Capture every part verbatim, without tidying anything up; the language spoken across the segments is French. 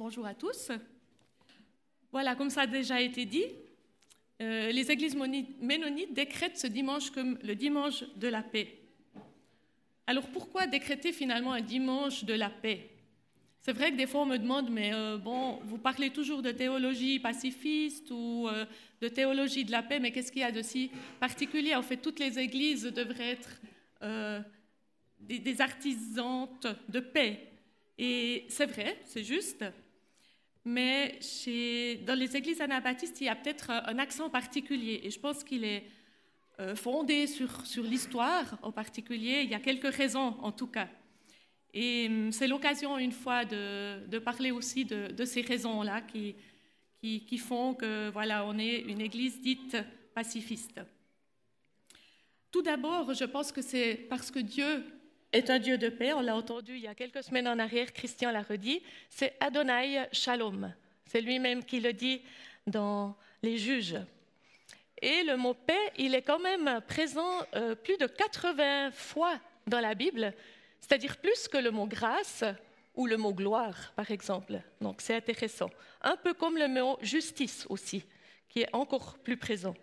Bonjour à tous. Voilà, comme ça a déjà été dit, euh, les églises ménonites décrètent ce dimanche comme le dimanche de la paix. Alors pourquoi décréter finalement un dimanche de la paix? C'est vrai que des fois on me demande, mais euh, bon, vous parlez toujours de théologie pacifiste ou euh, de théologie de la paix, mais qu'est-ce qu'il y a de si particulier? En fait, toutes les églises devraient être euh, des, des artisantes de paix. Et c'est vrai, c'est juste, mais chez, dans les églises anabaptistes, il y a peut-être un accent particulier, et je pense qu'il est euh, fondé sur, sur l'histoire en particulier. Il y a quelques raisons en tout cas. Et c'est l'occasion une fois de, de parler aussi de, de ces raisons-là qui, qui, qui font que voilà, on est une église dite pacifiste. Tout d'abord, je pense que c'est parce que Dieu est un Dieu de paix. On l'a entendu il y a quelques semaines en arrière, Christian l'a redit, c'est Adonai Shalom. C'est lui-même qui le dit dans les Juges. Et le mot paix, il est quand même présent euh, plus de quatre-vingts fois dans la Bible, c'est-à-dire plus que le mot grâce ou le mot gloire, par exemple. Donc c'est intéressant. Un peu comme le mot justice aussi, qui est encore plus présent.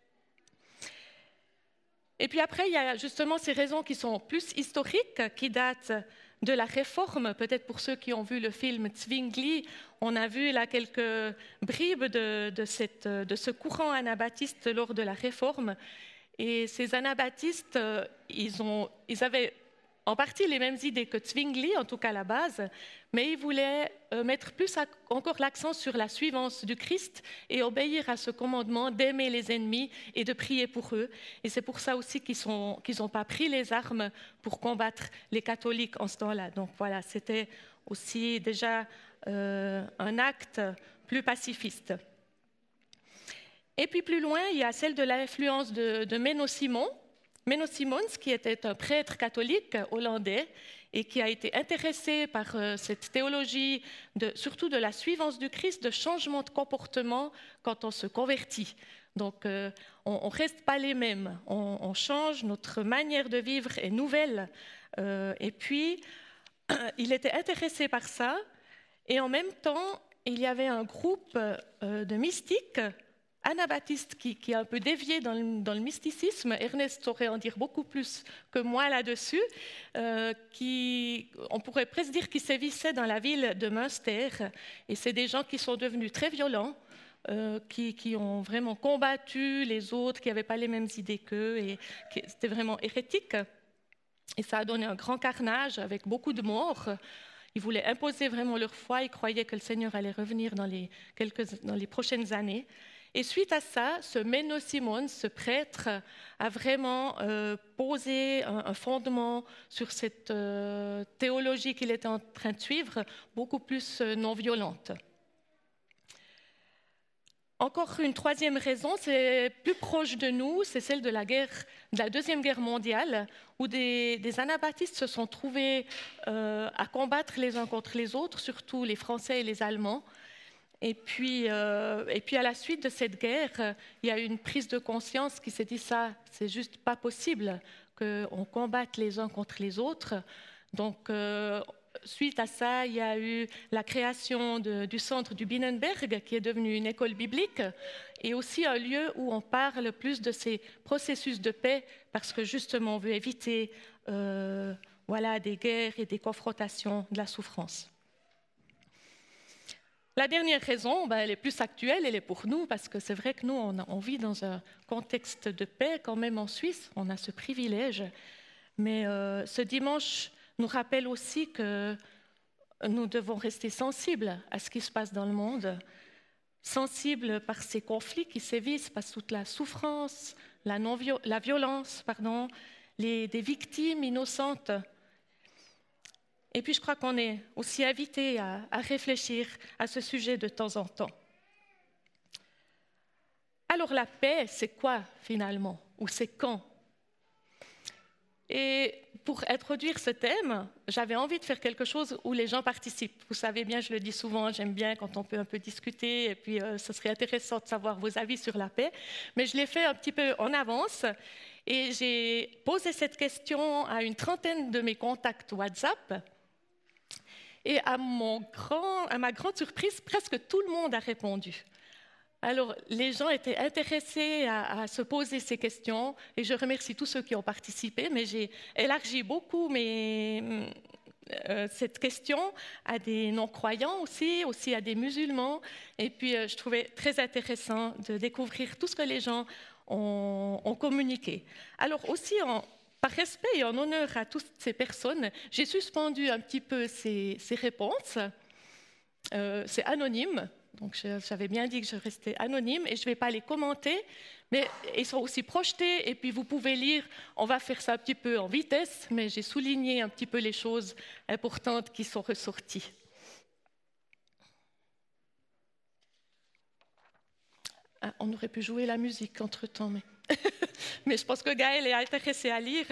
Et puis après, il y a justement ces raisons qui sont plus historiques, qui datent de la Réforme. Peut-être pour ceux qui ont vu le film Zwingli, on a vu là quelques bribes de, de, cette, de ce courant anabaptiste lors de la Réforme. Et ces anabaptistes, ils, ont, ils avaient en partie les mêmes idées que Zwingli, en tout cas à la base, mais ils voulaient mettre plus encore l'accent sur la suivance du Christ et obéir à ce commandement d'aimer les ennemis et de prier pour eux. Et c'est pour ça aussi qu'ils sont, qu'ils n'ont pas pris les armes pour combattre les catholiques en ce temps-là. Donc voilà, c'était aussi déjà euh, un acte plus pacifiste. Et puis plus loin, il y a celle de l'influence de, de Menno Simons, Menno Simons, qui était un prêtre catholique hollandais et qui a été intéressé par euh, cette théologie, de, surtout de la suivance du Christ, de changement de comportement quand on se convertit. Donc, euh, on ne reste pas les mêmes, on, on change, notre manière de vivre est nouvelle. Euh, et puis, il était intéressé par ça, et en même temps, il y avait un groupe euh, de mystiques anabaptiste qui, qui est un peu dévié dans le, dans le mysticisme. Ernest saurait en dire beaucoup plus que moi là-dessus, euh, qui, on pourrait presque dire qu'ils sévissaient dans la ville de Münster. Et c'est des gens qui sont devenus très violents, euh, qui, qui ont vraiment combattu les autres, qui n'avaient pas les mêmes idées qu'eux, et qui, c'était vraiment hérétique. Et ça a donné un grand carnage avec beaucoup de morts. Ils voulaient imposer vraiment leur foi, ils croyaient que le Seigneur allait revenir dans les, quelques, dans les prochaines années. Et suite à ça, ce Menno Simons, ce prêtre, a vraiment euh, posé un, un fondement sur cette euh, théologie qu'il était en train de suivre, beaucoup plus euh, non violente. Encore une troisième raison, c'est plus proche de nous, c'est celle de la, guerre, de la Deuxième Guerre mondiale, où des, des anabaptistes se sont trouvés euh, à combattre les uns contre les autres, surtout les Français et les Allemands. Et puis, euh, et puis à la suite de cette guerre, il y a eu une prise de conscience qui s'est dit ça, c'est juste pas possible qu'on combatte les uns contre les autres. Donc, euh, suite à ça, il y a eu la création de, du centre du Binnenberg, qui est devenu une école biblique, et aussi un lieu où on parle plus de ces processus de paix, parce que justement, on veut éviter euh, voilà, des guerres et des confrontations, de la souffrance. La dernière raison, ben, elle est plus actuelle, elle est pour nous, parce que c'est vrai que nous, on, a, on vit dans un contexte de paix, quand même en Suisse, on a ce privilège. Mais euh, ce dimanche nous rappelle aussi que nous devons rester sensibles à ce qui se passe dans le monde, sensibles par ces conflits qui sévissent, par toute la souffrance, la, non la violence, pardon, les, des victimes innocentes. Et puis je crois qu'on est aussi invité à, à réfléchir à ce sujet de temps en temps. Alors la paix, c'est quoi finalement? Ou c'est quand? Et pour introduire ce thème, j'avais envie de faire quelque chose où les gens participent. Vous savez bien, je le dis souvent, j'aime bien quand on peut un peu discuter, et puis euh, ce serait intéressant de savoir vos avis sur la paix. Mais je l'ai fait un petit peu en avance, et j'ai posé cette question à une trentaine de mes contacts WhatsApp. Et à, mon grand, à ma grande surprise, presque tout le monde a répondu. Alors, les gens étaient intéressés à, à se poser ces questions, et je remercie tous ceux qui ont participé, mais j'ai élargi beaucoup mes, euh, cette question à des non-croyants aussi, aussi à des musulmans, et puis euh, je trouvais très intéressant de découvrir tout ce que les gens ont, ont communiqué. Alors aussi, en, par respect et en honneur à toutes ces personnes, j'ai suspendu un petit peu ces, ces réponses. Euh, c'est anonyme. Donc, j'avais bien dit que je restais anonyme et je ne vais pas les commenter, mais ils sont aussi projetés et puis vous pouvez lire. On va faire ça un petit peu en vitesse, mais j'ai souligné un petit peu les choses importantes qui sont ressorties. Ah, on aurait pu jouer la musique entre-temps, mais, mais je pense que Gaëlle est intéressée à lire.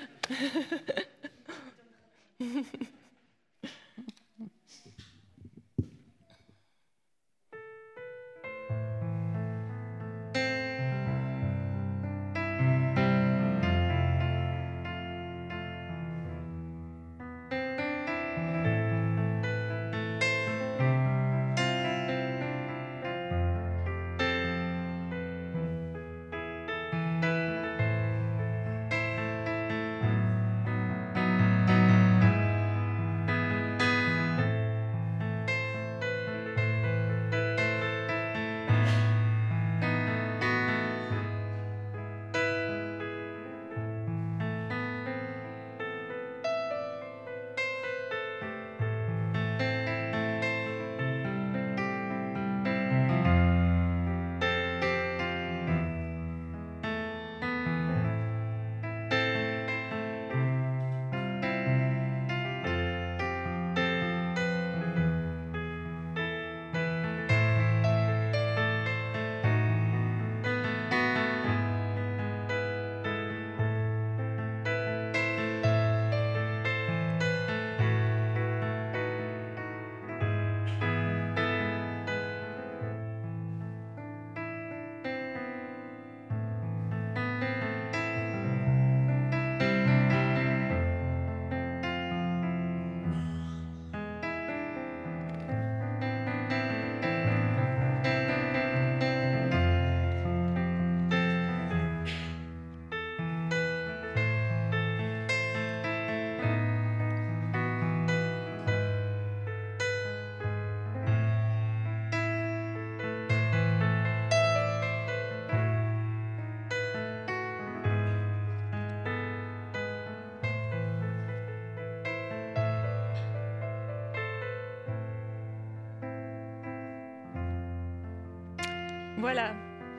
Voilà,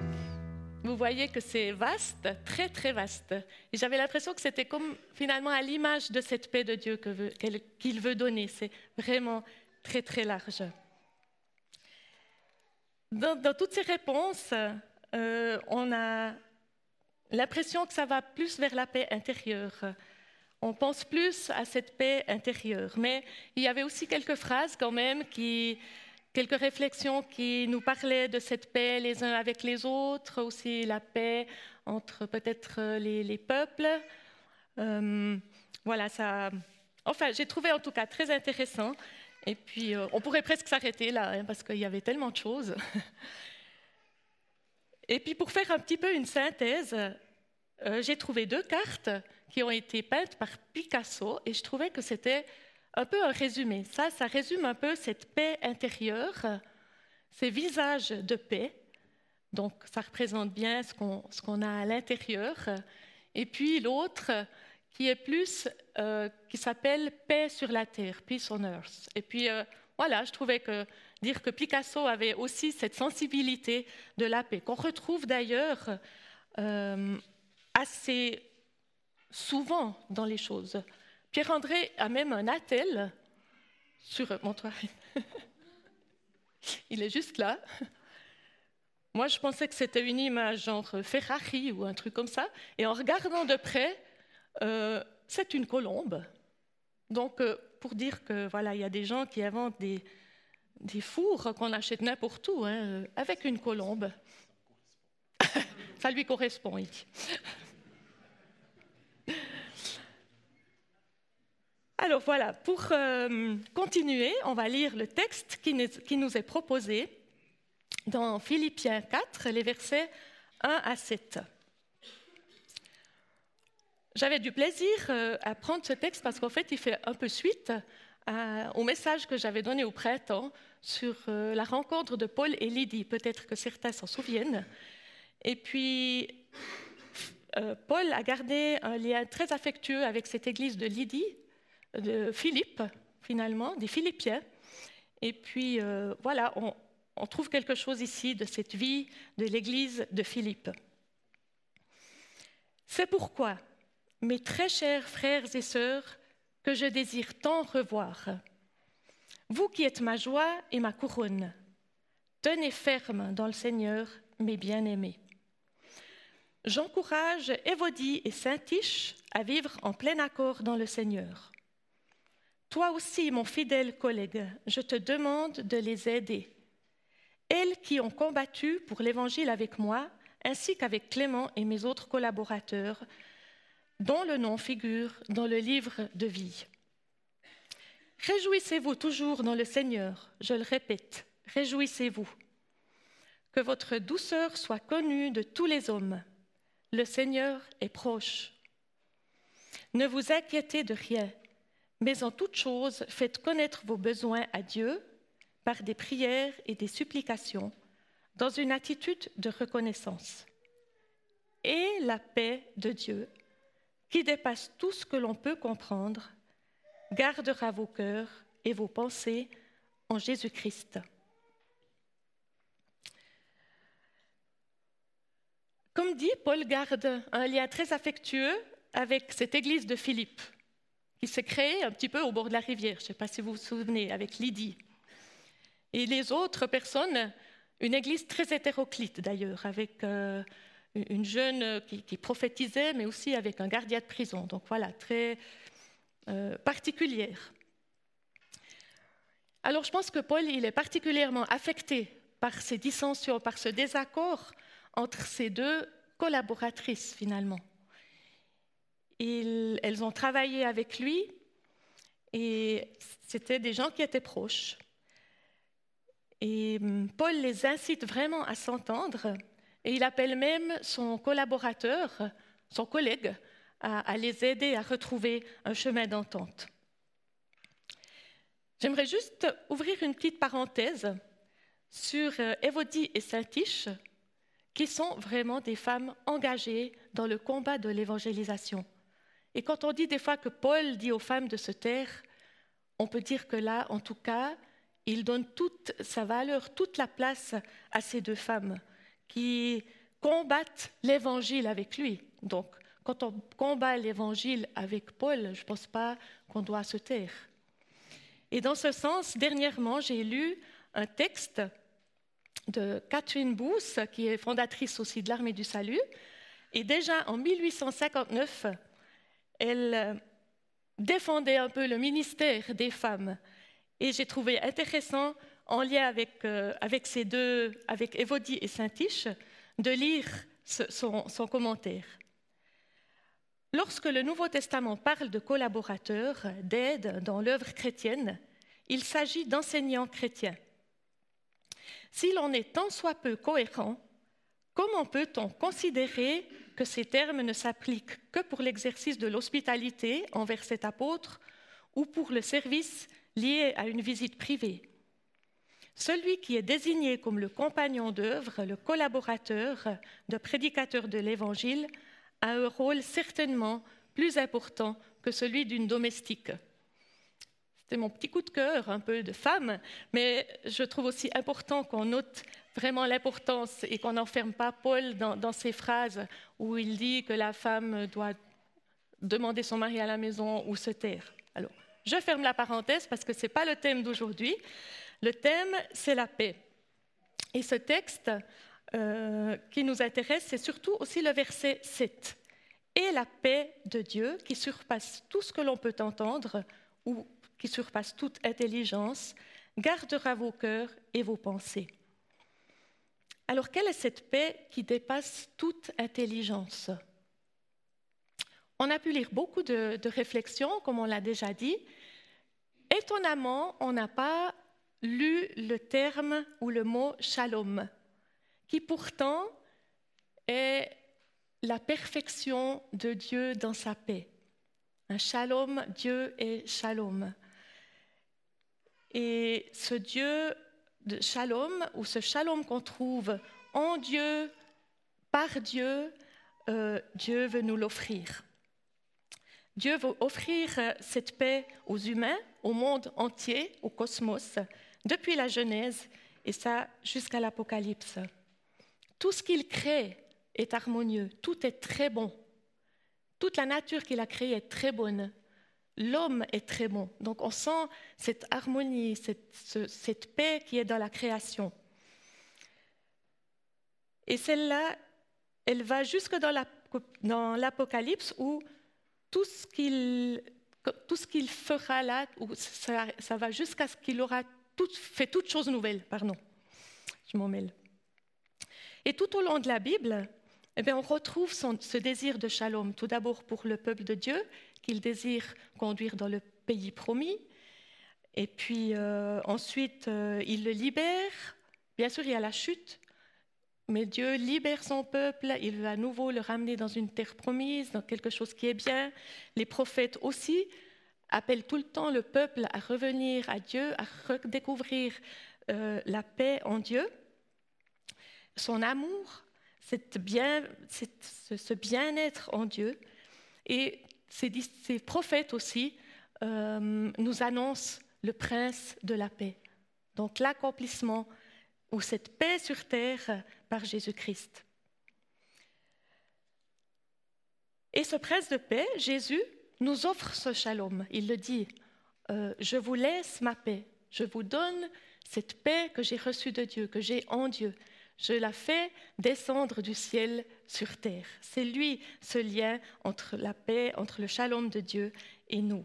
vous voyez que c'est vaste, très très vaste. Et j'avais l'impression que c'était comme finalement à l'image de cette paix de Dieu que veut, qu'il veut donner. C'est vraiment très très large. Dans, dans toutes ces réponses, euh, on a l'impression que ça va plus vers la paix intérieure. On pense plus à cette paix intérieure. Mais il y avait aussi quelques phrases quand même qui... Quelques réflexions qui nous parlaient de cette paix les uns avec les autres, aussi la paix entre peut-être les, les peuples. Euh, voilà, ça. Enfin, j'ai trouvé en tout cas très intéressant. Et puis, euh, on pourrait presque s'arrêter là, hein, parce qu'il y avait tellement de choses. Et puis, pour faire un petit peu une synthèse, euh, j'ai trouvé deux cartes qui ont été peintes par Picasso, et je trouvais que c'était un peu un résumé. Ça, ça résume un peu cette paix intérieure, ces visages de paix. Donc, ça représente bien ce qu'on, ce qu'on a à l'intérieur. Et puis l'autre, qui est plus, euh, qui s'appelle Paix sur la terre, Peace on Earth. Et puis, euh, voilà, je trouvais que dire que Picasso avait aussi cette sensibilité de la paix, qu'on retrouve d'ailleurs euh, assez souvent dans les choses. Pierre-André a même un attel sur mon toit. Il est juste là. Moi, je pensais que c'était une image genre Ferrari ou un truc comme ça. Et en regardant de près, euh, c'est une colombe. Donc, euh, pour dire que voilà, il y a des gens qui inventent des, des fours qu'on achète n'importe où, hein, avec une colombe. Ça lui correspond, il dit. Alors voilà, pour euh, continuer, on va lire le texte qui, qui nous est proposé dans Philippiens quatre, les versets un à sept. J'avais du plaisir euh, à prendre ce texte parce qu'en fait, il fait un peu suite à, au message que j'avais donné au printemps sur euh, la rencontre de Paul et Lydie. Peut-être que certains s'en souviennent. Et puis, euh, Paul a gardé un lien très affectueux avec cette église de Lydie, de Philippe, finalement, des Philippiens. Et puis, euh, voilà, on, on trouve quelque chose ici de cette vie de l'église de Philippe. C'est pourquoi, mes très chers frères et sœurs, que je désire tant revoir, vous qui êtes ma joie et ma couronne, tenez ferme dans le Seigneur, mes bien-aimés. J'encourage Évodie et Syntyche à vivre en plein accord dans le Seigneur. Toi aussi, mon fidèle collègue, je te demande de les aider. Elles qui ont combattu pour l'Évangile avec moi, ainsi qu'avec Clément et mes autres collaborateurs, dont le nom figure dans le livre de vie. Réjouissez-vous toujours dans le Seigneur, je le répète, réjouissez-vous. Que votre douceur soit connue de tous les hommes. Le Seigneur est proche. Ne vous inquiétez de rien, mais en toute chose, faites connaître vos besoins à Dieu par des prières et des supplications, dans une attitude de reconnaissance. Et la paix de Dieu, qui dépasse tout ce que l'on peut comprendre, gardera vos cœurs et vos pensées en Jésus-Christ. Comme dit, Paul garde un lien très affectueux avec cette église de Philippe, qui s'est créée un petit peu au bord de la rivière, je ne sais pas si vous vous souvenez, avec Lydie. Et les autres personnes, une église très hétéroclite d'ailleurs, avec euh, une jeune qui, qui prophétisait, mais aussi avec un gardien de prison. Donc voilà, très euh, particulière. Alors je pense que Paul, il est particulièrement affecté par ces dissensions, par ce désaccord entre ces deux collaboratrices finalement. Ils, elles ont travaillé avec lui et c'était des gens qui étaient proches. Et Paul les incite vraiment à s'entendre et il appelle même son collaborateur, son collègue, à, à les aider à retrouver un chemin d'entente. J'aimerais juste ouvrir une petite parenthèse sur Évodie et Syntyche, qui sont vraiment des femmes engagées dans le combat de l'évangélisation. Et quand on dit des fois que Paul dit aux femmes de se taire, on peut dire que là, en tout cas, il donne toute sa valeur, toute la place à ces deux femmes qui combattent l'évangile avec lui. Donc, quand on combat l'évangile avec Paul, je ne pense pas qu'on doit se taire. Et dans ce sens, dernièrement, j'ai lu un texte de Catherine Booth, qui est fondatrice aussi de l'Armée du Salut. Et déjà en mille huit cent cinquante-neuf, elle défendait un peu le ministère des femmes. Et j'ai trouvé intéressant, en lien avec, euh, avec ces deux, avec Évodie et Syntyche, de lire ce, son, son commentaire. Lorsque le Nouveau Testament parle de collaborateurs, d'aide dans l'œuvre chrétienne, il s'agit d'enseignants chrétiens. Si l'on est tant soit peu cohérent, comment peut-on considérer que ces termes ne s'appliquent que pour l'exercice de l'hospitalité envers cet apôtre ou pour le service lié à une visite privée? Celui qui est désigné comme le compagnon d'œuvre, le collaborateur, de prédicateur de l'Évangile, a un rôle certainement plus important que celui d'une domestique. C'était mon petit coup de cœur, un peu de femme, mais je trouve aussi important qu'on note vraiment l'importance et qu'on n'enferme pas Paul dans, dans ces phrases où il dit que la femme doit demander son mari à la maison ou se taire. Alors, je ferme la parenthèse parce que ce n'est pas le thème d'aujourd'hui. Le thème, c'est la paix. Et ce texte euh, qui nous intéresse, c'est surtout aussi le verset sept. Et la paix de Dieu qui surpasse tout ce que l'on peut entendre ou qui surpasse toute intelligence, gardera vos cœurs et vos pensées. Alors, quelle est cette paix qui dépasse toute intelligence? On a pu lire beaucoup de, de réflexions, comme on l'a déjà dit. Étonnamment, on n'a pas lu le terme ou le mot shalom, qui pourtant est la perfection de Dieu dans sa paix. Un shalom, Dieu est shalom. Et ce Dieu de shalom, ou ce shalom qu'on trouve en Dieu, par Dieu, euh, Dieu veut nous l'offrir. Dieu veut offrir cette paix aux humains, au monde entier, au cosmos, depuis la Genèse, et ça jusqu'à l'Apocalypse. Tout ce qu'il crée est harmonieux, tout est très bon. Toute la nature qu'il a créée est très bonne. L'homme est très bon. Donc on sent cette harmonie, cette, ce, cette paix qui est dans la création. Et celle-là, elle va jusque dans, la, dans l'Apocalypse où tout ce qu'il, tout ce qu'il fera là, où ça, ça va jusqu'à ce qu'il aura tout, fait toutes choses nouvelles. Pardon, je m'en mêle. Et tout au long de la Bible, eh bien, on retrouve son, ce désir de shalom, tout d'abord pour le peuple de Dieu, qu'il désire conduire dans le pays promis. Et puis euh, ensuite, euh, il le libère. Bien sûr, il y a la chute, mais Dieu libère son peuple. Il veut à nouveau le ramener dans une terre promise, dans quelque chose qui est bien. Les prophètes aussi appellent tout le temps le peuple à revenir à Dieu, à redécouvrir euh, la paix en Dieu, son amour, cette bien, cette, ce, ce bien-être en Dieu. Et ces, ces prophètes aussi euh, nous annoncent le prince de la paix. Donc l'accomplissement ou cette paix sur terre par Jésus-Christ. Et ce prince de paix, Jésus, nous offre ce shalom. Il le dit, euh, je vous laisse ma paix, je vous donne cette paix que j'ai reçue de Dieu, que j'ai en Dieu. Je la fais descendre du ciel sur terre. C'est lui, ce lien entre la paix, entre le shalom de Dieu et nous.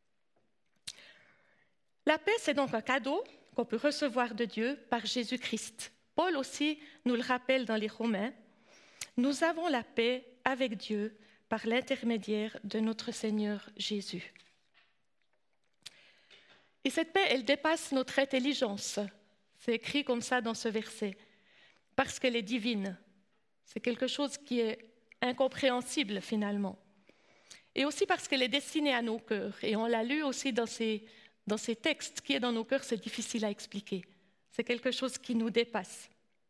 La paix, c'est donc un cadeau qu'on peut recevoir de Dieu par Jésus-Christ. Paul aussi nous le rappelle dans les Romains. Nous avons la paix avec Dieu par l'intermédiaire de notre Seigneur Jésus. Et cette paix, elle dépasse notre intelligence. C'est écrit comme ça dans ce verset. Parce qu'elle est divine. C'est quelque chose qui est incompréhensible finalement. Et aussi parce qu'elle est destinée à nos cœurs. Et on l'a lu aussi dans ces, dans ces textes. Ce qui est dans nos cœurs, c'est difficile à expliquer. C'est quelque chose qui nous dépasse.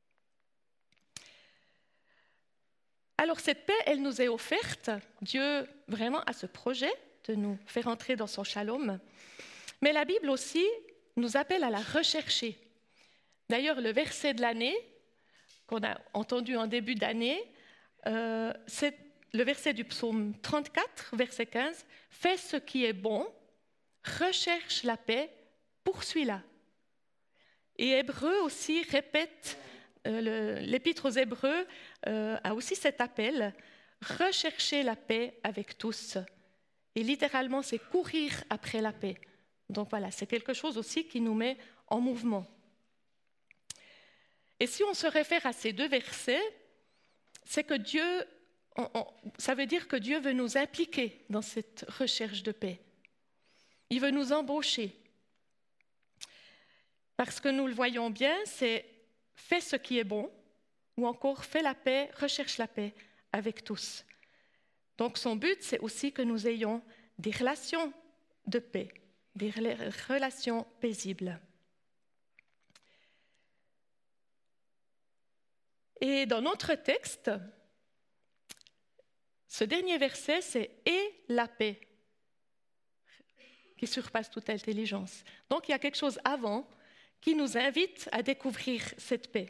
Alors cette paix, elle nous est offerte. Dieu vraiment a ce projet de nous faire entrer dans son shalom. Mais la Bible aussi nous appelle à la rechercher. D'ailleurs, le verset de l'année qu'on a entendu en début d'année, euh, c'est le verset du psaume trente-quatre, verset quinze. « Fais ce qui est bon, recherche la paix, poursuis-la. » Et Hébreu aussi répète, euh, le, l'épître aux Hébreux euh, a aussi cet appel, « Rechercher la paix avec tous ». Et littéralement, c'est courir après la paix. Donc voilà, c'est quelque chose aussi qui nous met en mouvement. Et si on se réfère à ces deux versets, c'est que Dieu, on, on, ça veut dire que Dieu veut nous impliquer dans cette recherche de paix. Il veut nous embaucher. Parce que nous le voyons bien, c'est « fais ce qui est bon » ou encore « fais la paix, recherche la paix avec tous ». Donc son but, c'est aussi que nous ayons des relations de paix, des relations paisibles. Et dans notre texte, ce dernier verset, c'est « et la paix » qui surpasse toute intelligence. Donc il y a quelque chose avant qui nous invite à découvrir cette paix.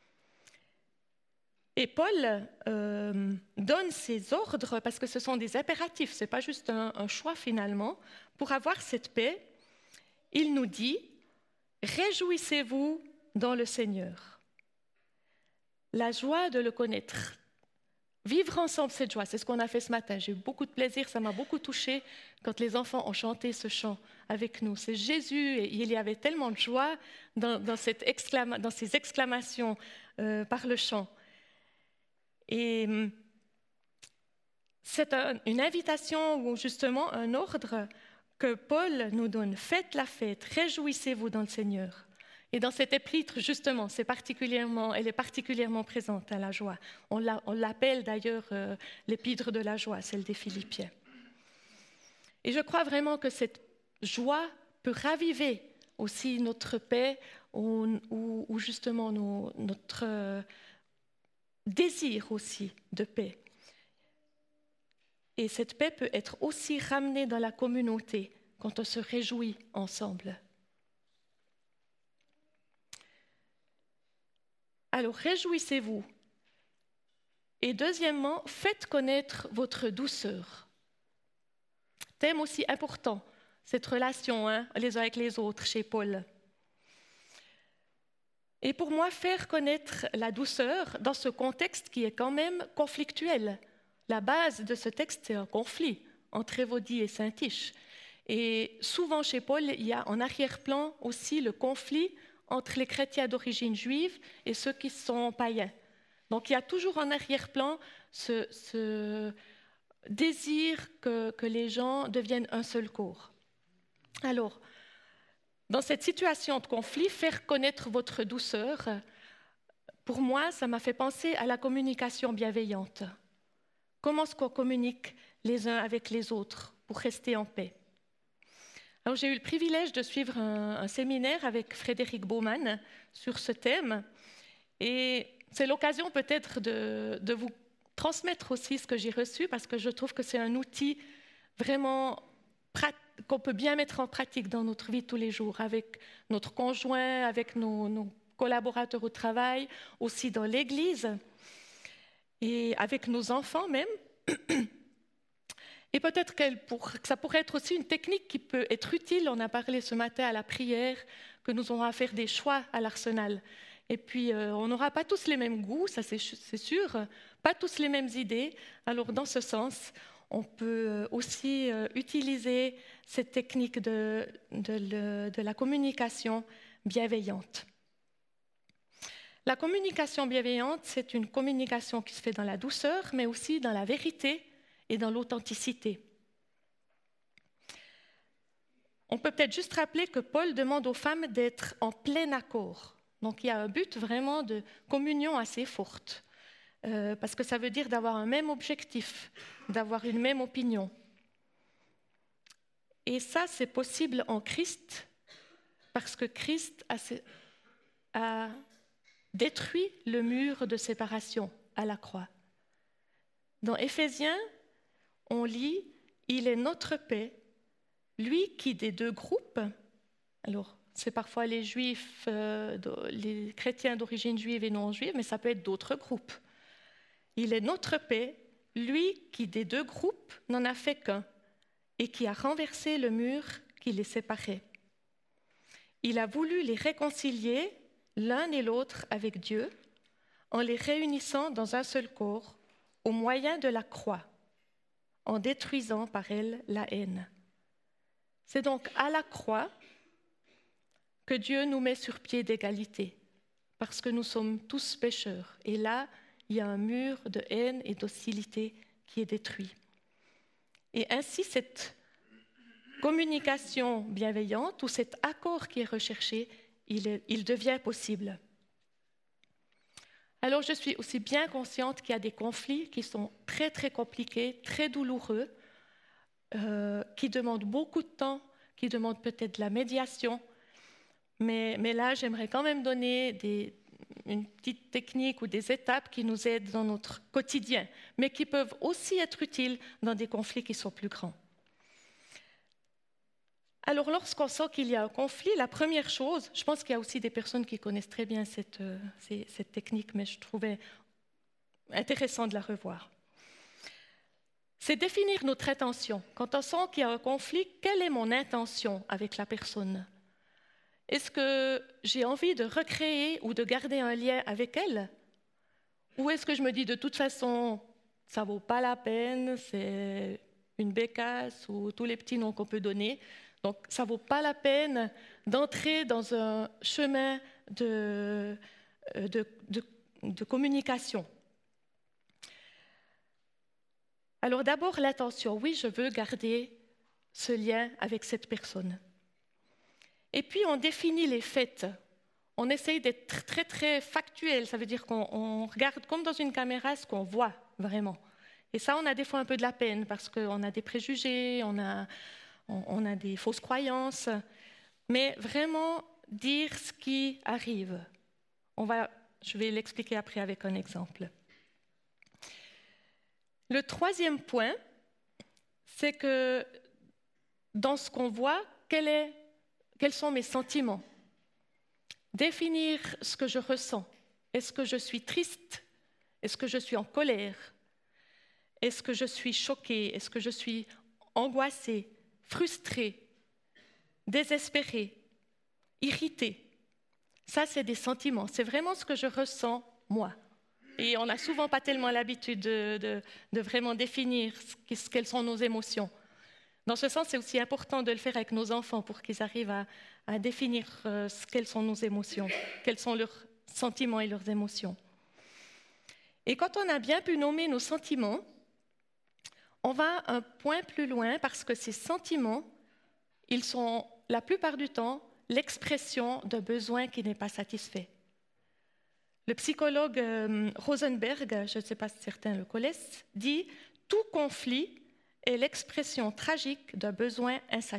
Et Paul euh, donne ses ordres, parce que ce sont des impératifs, ce n'est pas juste un, un choix finalement. Pour avoir cette paix, il nous dit « Réjouissez-vous dans le Seigneur ». La joie de le connaître. Vivre ensemble cette joie, c'est ce qu'on a fait ce matin. J'ai eu beaucoup de plaisir, ça m'a beaucoup touchée quand les enfants ont chanté ce chant avec nous. C'est Jésus, et il y avait tellement de joie dans, dans, cette exclama, dans ces exclamations euh, par le chant. Et c'est un, une invitation ou justement un ordre que Paul nous donne. Faites la fête, réjouissez-vous dans le Seigneur. Et dans cet épître, justement, c'est particulièrement, elle est particulièrement présente à la joie. On, l'a, on l'appelle d'ailleurs euh, l'épître de la joie, celle des Philippiens. Et je crois vraiment que cette joie peut raviver aussi notre paix ou, ou, ou justement nos, notre euh, désir aussi de paix. Et cette paix peut être aussi ramenée dans la communauté quand on se réjouit ensemble. Alors, réjouissez-vous. Et deuxièmement, faites connaître votre douceur. Thème aussi important, cette relation hein, les uns avec les autres chez Paul. Et pour moi, faire connaître la douceur dans ce contexte qui est quand même conflictuel. La base de ce texte, c'est un conflit entre Évodie et Syntyche. Et souvent chez Paul, il y a en arrière-plan aussi le conflit entre les chrétiens d'origine juive et ceux qui sont païens. Donc il y a toujours en arrière-plan ce, ce désir que, que les gens deviennent un seul corps. Alors, dans cette situation de conflit, faire connaître votre douceur, pour moi, ça m'a fait penser à la communication bienveillante. Comment est-ce qu'on communique les uns avec les autres pour rester en paix? Alors, j'ai eu le privilège de suivre un, un séminaire avec Frédéric Baumann sur ce thème. Et c'est l'occasion peut-être de, de vous transmettre aussi ce que j'ai reçu, parce que je trouve que c'est un outil vraiment prat- qu'on peut bien mettre en pratique dans notre vie de tous les jours, avec notre conjoint, avec nos, nos collaborateurs au travail, aussi dans l'Église, et avec nos enfants même. Et peut-être qu'elle pour, que ça pourrait être aussi une technique qui peut être utile. On a parlé ce matin à la prière que nous aurons à faire des choix à l'arsenal. Et puis, euh, on n'aura pas tous les mêmes goûts, ça c'est, c'est sûr, pas tous les mêmes idées. Alors, dans ce sens, on peut aussi euh, utiliser cette technique de, de, le, de la communication bienveillante. La communication bienveillante, c'est une communication qui se fait dans la douceur, mais aussi dans la vérité et dans l'authenticité. On peut peut-être juste rappeler que Paul demande aux femmes d'être en plein accord. Donc il y a un but vraiment de communion assez forte, euh, parce que ça veut dire d'avoir un même objectif, d'avoir une même opinion. Et ça, c'est possible en Christ, parce que Christ a, a détruit le mur de séparation à la croix. Dans Éphésiens, on lit « Il est notre paix, lui qui des deux groupes », alors c'est parfois les juifs, euh, les chrétiens d'origine juive et non juive, mais ça peut être d'autres groupes. « Il est notre paix, lui qui des deux groupes n'en a fait qu'un et qui a renversé le mur qui les séparait. Il a voulu les réconcilier l'un et l'autre avec Dieu en les réunissant dans un seul corps au moyen de la croix, en détruisant par elle la haine. C'est donc à la croix que Dieu nous met sur pied d'égalité, parce que nous sommes tous pécheurs. Et là, il y a un mur de haine et d'hostilité qui est détruit. Et ainsi, cette communication bienveillante ou cet accord qui est recherché, il, est, il devient possible. Alors, je suis aussi bien consciente qu'il y a des conflits qui sont très, très compliqués, très douloureux, euh, qui demandent beaucoup de temps, qui demandent peut-être de la médiation. Mais, mais là, j'aimerais quand même donner des, une petite technique ou des étapes qui nous aident dans notre quotidien, mais qui peuvent aussi être utiles dans des conflits qui sont plus grands. Alors, lorsqu'on sent qu'il y a un conflit, la première chose, je pense qu'il y a aussi des personnes qui connaissent très bien cette, euh, cette technique, mais je trouvais intéressant de la revoir. C'est définir notre intention. Quand on sent qu'il y a un conflit, quelle est mon intention avec la personne ? Est-ce que j'ai envie de recréer ou de garder un lien avec elle ? Ou est-ce que je me dis de toute façon, ça ne vaut pas la peine, c'est une bécasse ou tous les petits noms qu'on peut donner. Donc, ça ne vaut pas la peine d'entrer dans un chemin de, de, de, de communication. Alors d'abord l'intention, oui, je veux garder ce lien avec cette personne. Et puis on définit les faits. On essaye d'être très très factuel, ça veut dire qu'on on regarde comme dans une caméra ce qu'on voit vraiment. Et ça, on a des fois un peu de la peine parce qu'on a des préjugés, on a, on, on a des fausses croyances, mais vraiment dire ce qui arrive. On va, je vais l'expliquer après avec un exemple. Le troisième point, c'est que dans ce qu'on voit, quel est, quels sont mes sentiments? Définir ce que je ressens. Est-ce que je suis triste? Est-ce que je suis en colère? Est-ce que je suis choquée? Est-ce que je suis angoissée, frustrée, désespérée, irritée? Ça, c'est des sentiments. C'est vraiment ce que je ressens, moi. Et on n'a souvent pas tellement l'habitude de, de, de vraiment définir ce, quelles sont nos émotions. Dans ce sens, c'est aussi important de le faire avec nos enfants pour qu'ils arrivent à, à définir euh, quelles sont nos émotions, quels sont leurs sentiments et leurs émotions. Et quand on a bien pu nommer nos sentiments, on va un point plus loin parce que ces sentiments, ils sont la plupart du temps l'expression d'un besoin qui n'est pas satisfait. Le psychologue euh, Rosenberg, je ne sais pas si certains le connaissent, dit « Tout conflit est l'expression tragique d'un besoin insatisfait ».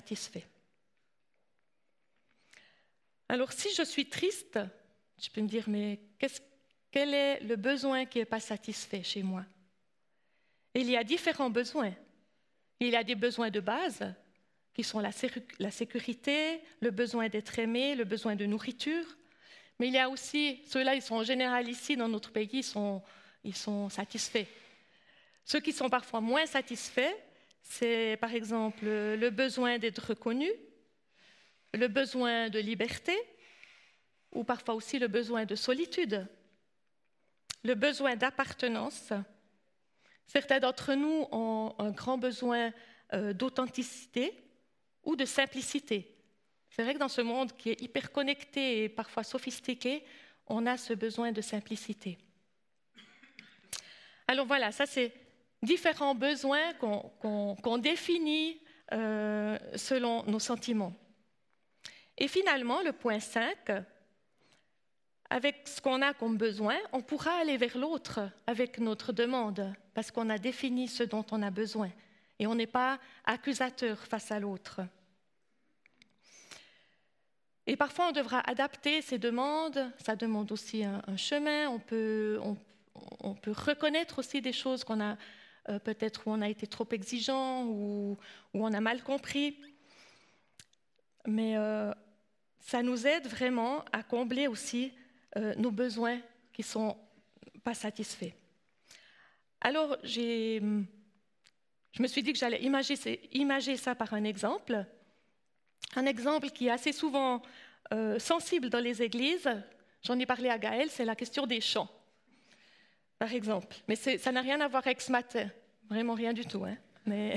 Alors si je suis triste, je peux me dire « Mais qu'est-ce, quel est le besoin qui n'est pas satisfait chez moi ?» Il y a différents besoins. Il y a des besoins de base, qui sont la, sécu- la sécurité, le besoin d'être aimé, le besoin de nourriture. Mais il y a aussi, ceux-là, ils sont en général ici, dans notre pays, ils sont, ils sont satisfaits. Ceux qui sont parfois moins satisfaits, c'est par exemple le besoin d'être reconnu, le besoin de liberté, ou parfois aussi le besoin de solitude, le besoin d'appartenance. Certains d'entre nous ont un grand besoin euh, d'authenticité ou de simplicité. C'est vrai que dans ce monde qui est hyper connecté et parfois sophistiqué, on a ce besoin de simplicité. Alors voilà, ça c'est différents besoins qu'on, qu'on, qu'on définit euh, selon nos sentiments. Et finalement, le point cinq, avec ce qu'on a comme besoin, on pourra aller vers l'autre avec notre demande, parce qu'on a défini ce dont on a besoin. Et on n'est pas accusateur face à l'autre. Et parfois, on devra adapter ces demandes. Ça demande aussi un, un chemin. On peut, on, on peut reconnaître aussi des choses qu'on a, euh, peut-être où on a été trop exigeant ou où on a mal compris. Mais euh, ça nous aide vraiment à combler aussi euh, nos besoins qui ne sont pas satisfaits. Alors, j'ai, je me suis dit que j'allais imager, imager ça par un exemple. Un exemple qui est assez souvent euh, sensible dans les églises, j'en ai parlé à Gaël, c'est la question des chants, par exemple. Mais c'est, ça n'a rien à voir avec ce matin, vraiment rien du tout. Hein. Mais,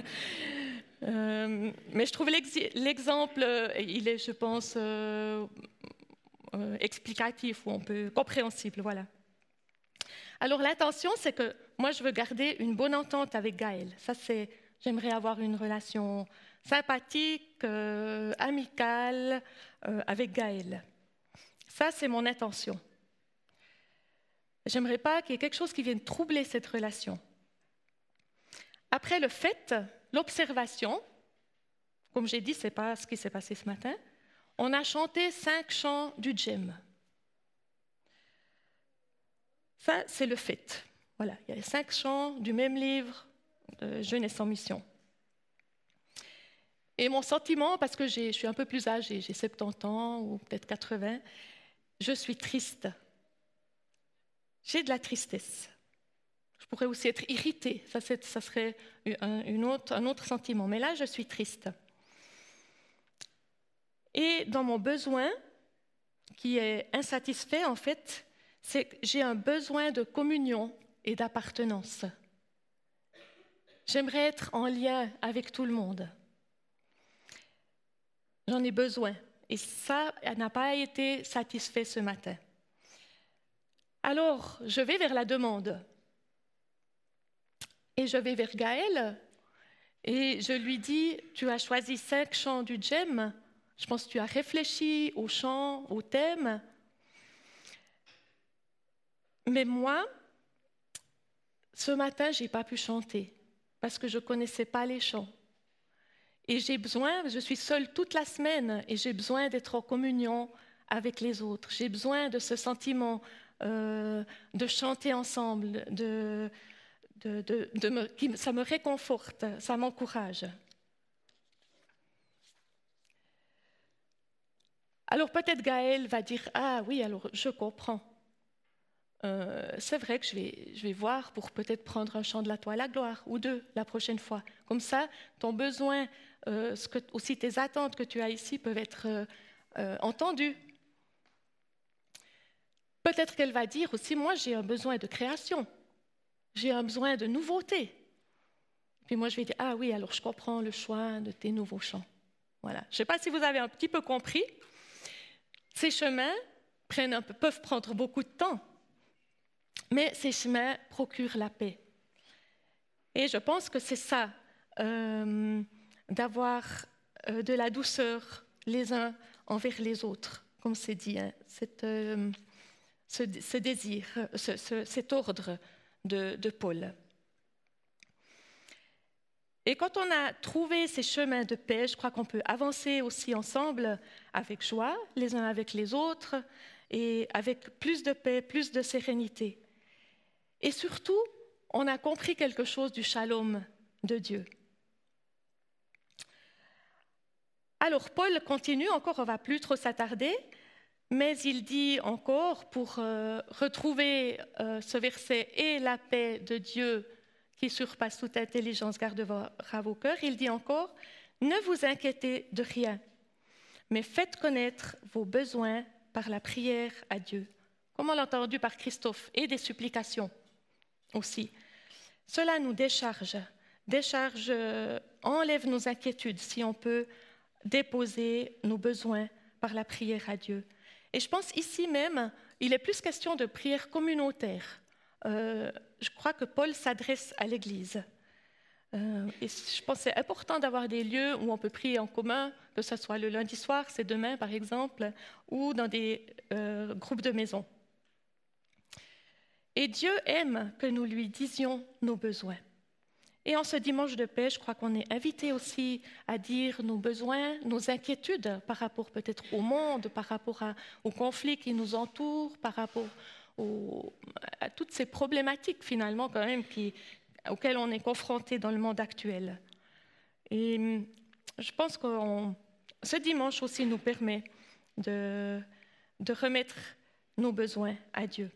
euh, mais je trouve l'exemple, il est, je pense, euh, euh, explicatif, ou on peut, compréhensible, voilà. Alors l'intention, c'est que moi, je veux garder une bonne entente avec Gaël. Ça, c'est, j'aimerais avoir une relation sympathique, euh, amicale euh, avec Gaël. Ça, c'est mon intention. J'aimerais pas qu'il y ait quelque chose qui vienne troubler cette relation. Après le fait, l'observation, comme j'ai dit, c'est pas ce qui s'est passé ce matin, on a chanté cinq chants du Djem. Ça, c'est le fait. Voilà, il y a cinq chants du même livre, de Jeunesse en mission. Et mon sentiment, parce que j'ai, je suis un peu plus âgée, j'ai soixante-dix ans ou peut-être quatre-vingts, je suis triste. J'ai de la tristesse. Je pourrais aussi être irritée, ça, c'est, ça serait un, une autre, un autre sentiment. Mais là, je suis triste. Et dans mon besoin, qui est insatisfait, en fait, c'est que j'ai un besoin de communion et d'appartenance. J'aimerais être en lien avec tout le monde. J'en ai besoin. Et ça n'a pas été satisfait ce matin. Alors, je vais vers la demande. Et je vais vers Gaël et je lui dis, tu as choisi cinq chants du Djem, je pense que tu as réfléchi aux chants, aux thèmes. Mais moi, ce matin, je n'ai pas pu chanter parce que je ne connaissais pas les chants. Et j'ai besoin, je suis seule toute la semaine et j'ai besoin d'être en communion avec les autres. J'ai besoin de ce sentiment euh, de chanter ensemble, de, de, de, de me, qui, ça me réconforte, ça m'encourage. Alors peut-être Gaël va dire « Ah oui, alors je comprends. Euh, c'est vrai que je vais, je vais voir pour peut-être prendre un chant de la toile à gloire ou deux la prochaine fois. Comme ça, ton besoin, euh, ce que, aussi tes attentes que tu as ici peuvent être euh, euh, entendues. » Peut-être qu'elle va dire aussi, moi j'ai un besoin de création, j'ai un besoin de nouveauté. Puis moi je vais dire, ah oui, alors je comprends le choix de tes nouveaux chants. Voilà. Je ne sais pas si vous avez un petit peu compris. Ces chemins prennent un peu, peuvent prendre beaucoup de temps, mais ces chemins procurent la paix. Et je pense que c'est ça, euh, d'avoir euh, de la douceur les uns envers les autres, comme c'est dit, hein, cette... Euh, Ce, ce désir, ce, ce, cet ordre de, de Paul. Et quand on a trouvé ces chemins de paix, je crois qu'on peut avancer aussi ensemble avec joie, les uns avec les autres, et avec plus de paix, plus de sérénité. Et surtout, on a compris quelque chose du shalom de Dieu. Alors Paul continue, encore on ne va plus trop s'attarder, mais il dit encore, pour euh, retrouver euh, ce verset « Et la paix de Dieu qui surpasse toute intelligence gardera vos cœurs », il dit encore « Ne vous inquiétez de rien, mais faites connaître vos besoins par la prière à Dieu. » Comme on l'a entendu par Christophe, et des supplications aussi. Cela nous décharge, décharge, euh, enlève nos inquiétudes si on peut déposer nos besoins par la prière à Dieu. Et je pense ici même, il est plus question de prière communautaire. Euh, je crois que Paul s'adresse à l'Église. Euh, et je pense que c'est important d'avoir des lieux où on peut prier en commun, que ce soit le lundi soir, c'est demain par exemple, ou dans des euh, groupes de maison. Et Dieu aime que nous lui disions nos besoins. Et en ce dimanche de paix, je crois qu'on est invité aussi à dire nos besoins, nos inquiétudes par rapport peut-être au monde, par rapport à, aux conflits qui nous entourent, par rapport au, à toutes ces problématiques finalement quand même qui, auxquelles on est confronté dans le monde actuel. Et je pense que on, ce dimanche aussi nous permet de, de remettre nos besoins à Dieu.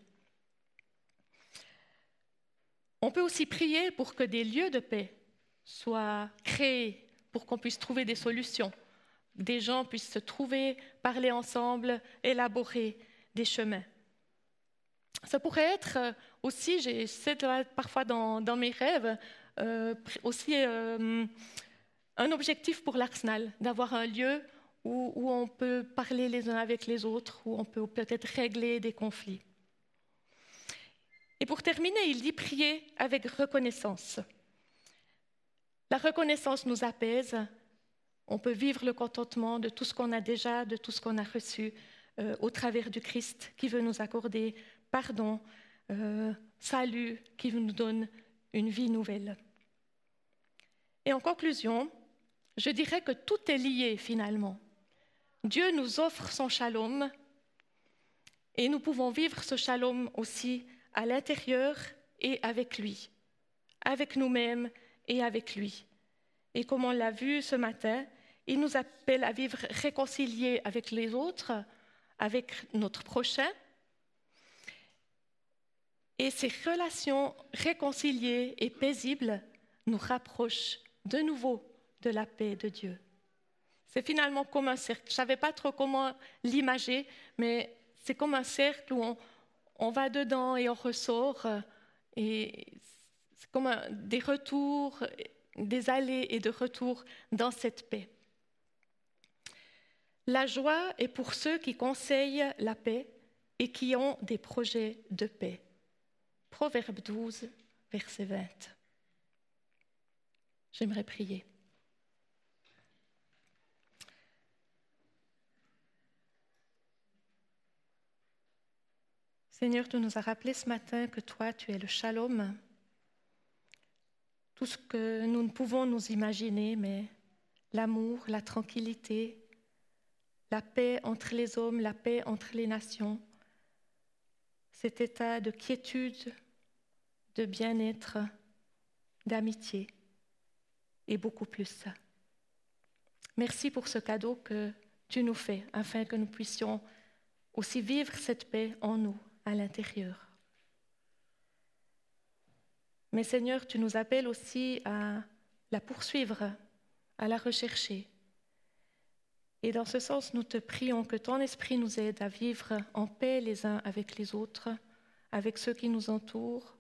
On peut aussi prier pour que des lieux de paix soient créés, pour qu'on puisse trouver des solutions, des gens puissent se trouver, parler ensemble, élaborer des chemins. Ça pourrait être aussi, j'ai c'est parfois dans, dans mes rêves, euh, aussi euh, un objectif pour l'Arsenal, d'avoir un lieu où, où on peut parler les uns avec les autres, où on peut peut-être régler des conflits. Et pour terminer, il dit prier avec reconnaissance. La reconnaissance nous apaise. On peut vivre le contentement de tout ce qu'on a déjà, de tout ce qu'on a reçu euh, au travers du Christ qui veut nous accorder pardon, euh, salut, qui nous donne une vie nouvelle. Et en conclusion, je dirais que tout est lié finalement. Dieu nous offre son shalom et nous pouvons vivre ce shalom aussi à l'intérieur et avec lui, avec nous-mêmes et avec lui. Et comme on l'a vu ce matin, il nous appelle à vivre réconciliés avec les autres, avec notre prochain. Et ces relations réconciliées et paisibles nous rapprochent de nouveau de la paix de Dieu. C'est finalement comme un cercle. Je ne savais pas trop comment l'imager, mais c'est comme un cercle où on On va dedans et on ressort, et c'est comme un, des retours, des allées et de retours dans cette paix. La joie est pour ceux qui conseillent la paix et qui ont des projets de paix. Proverbe douze, verset vingt. J'aimerais prier. Seigneur, tu nous as rappelé ce matin que toi, tu es le shalom. Tout ce que nous ne pouvons nous imaginer, mais l'amour, la tranquillité, la paix entre les hommes, la paix entre les nations, cet état de quiétude, de bien-être, d'amitié et beaucoup plus. Merci pour ce cadeau que tu nous fais afin que nous puissions aussi vivre cette paix en nous, à l'intérieur. Mais Seigneur, tu nous appelles aussi à la poursuivre, à la rechercher. Et dans ce sens, nous te prions que ton esprit nous aide à vivre en paix les uns avec les autres, avec ceux qui nous entourent.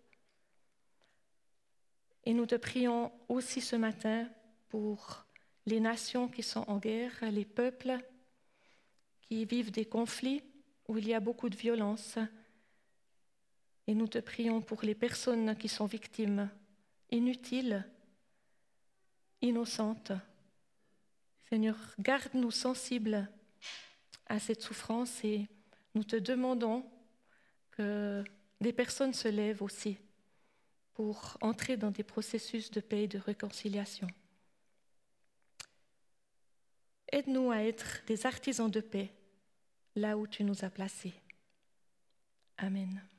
Et nous te prions aussi ce matin pour les nations qui sont en guerre, les peuples qui vivent des conflits où il y a beaucoup de violence. Et nous te prions pour les personnes qui sont victimes, inutiles, innocentes. Seigneur, garde-nous sensibles à cette souffrance et nous te demandons que des personnes se lèvent aussi pour entrer dans des processus de paix et de réconciliation. Aide-nous à être des artisans de paix là où tu nous as placés. Amen.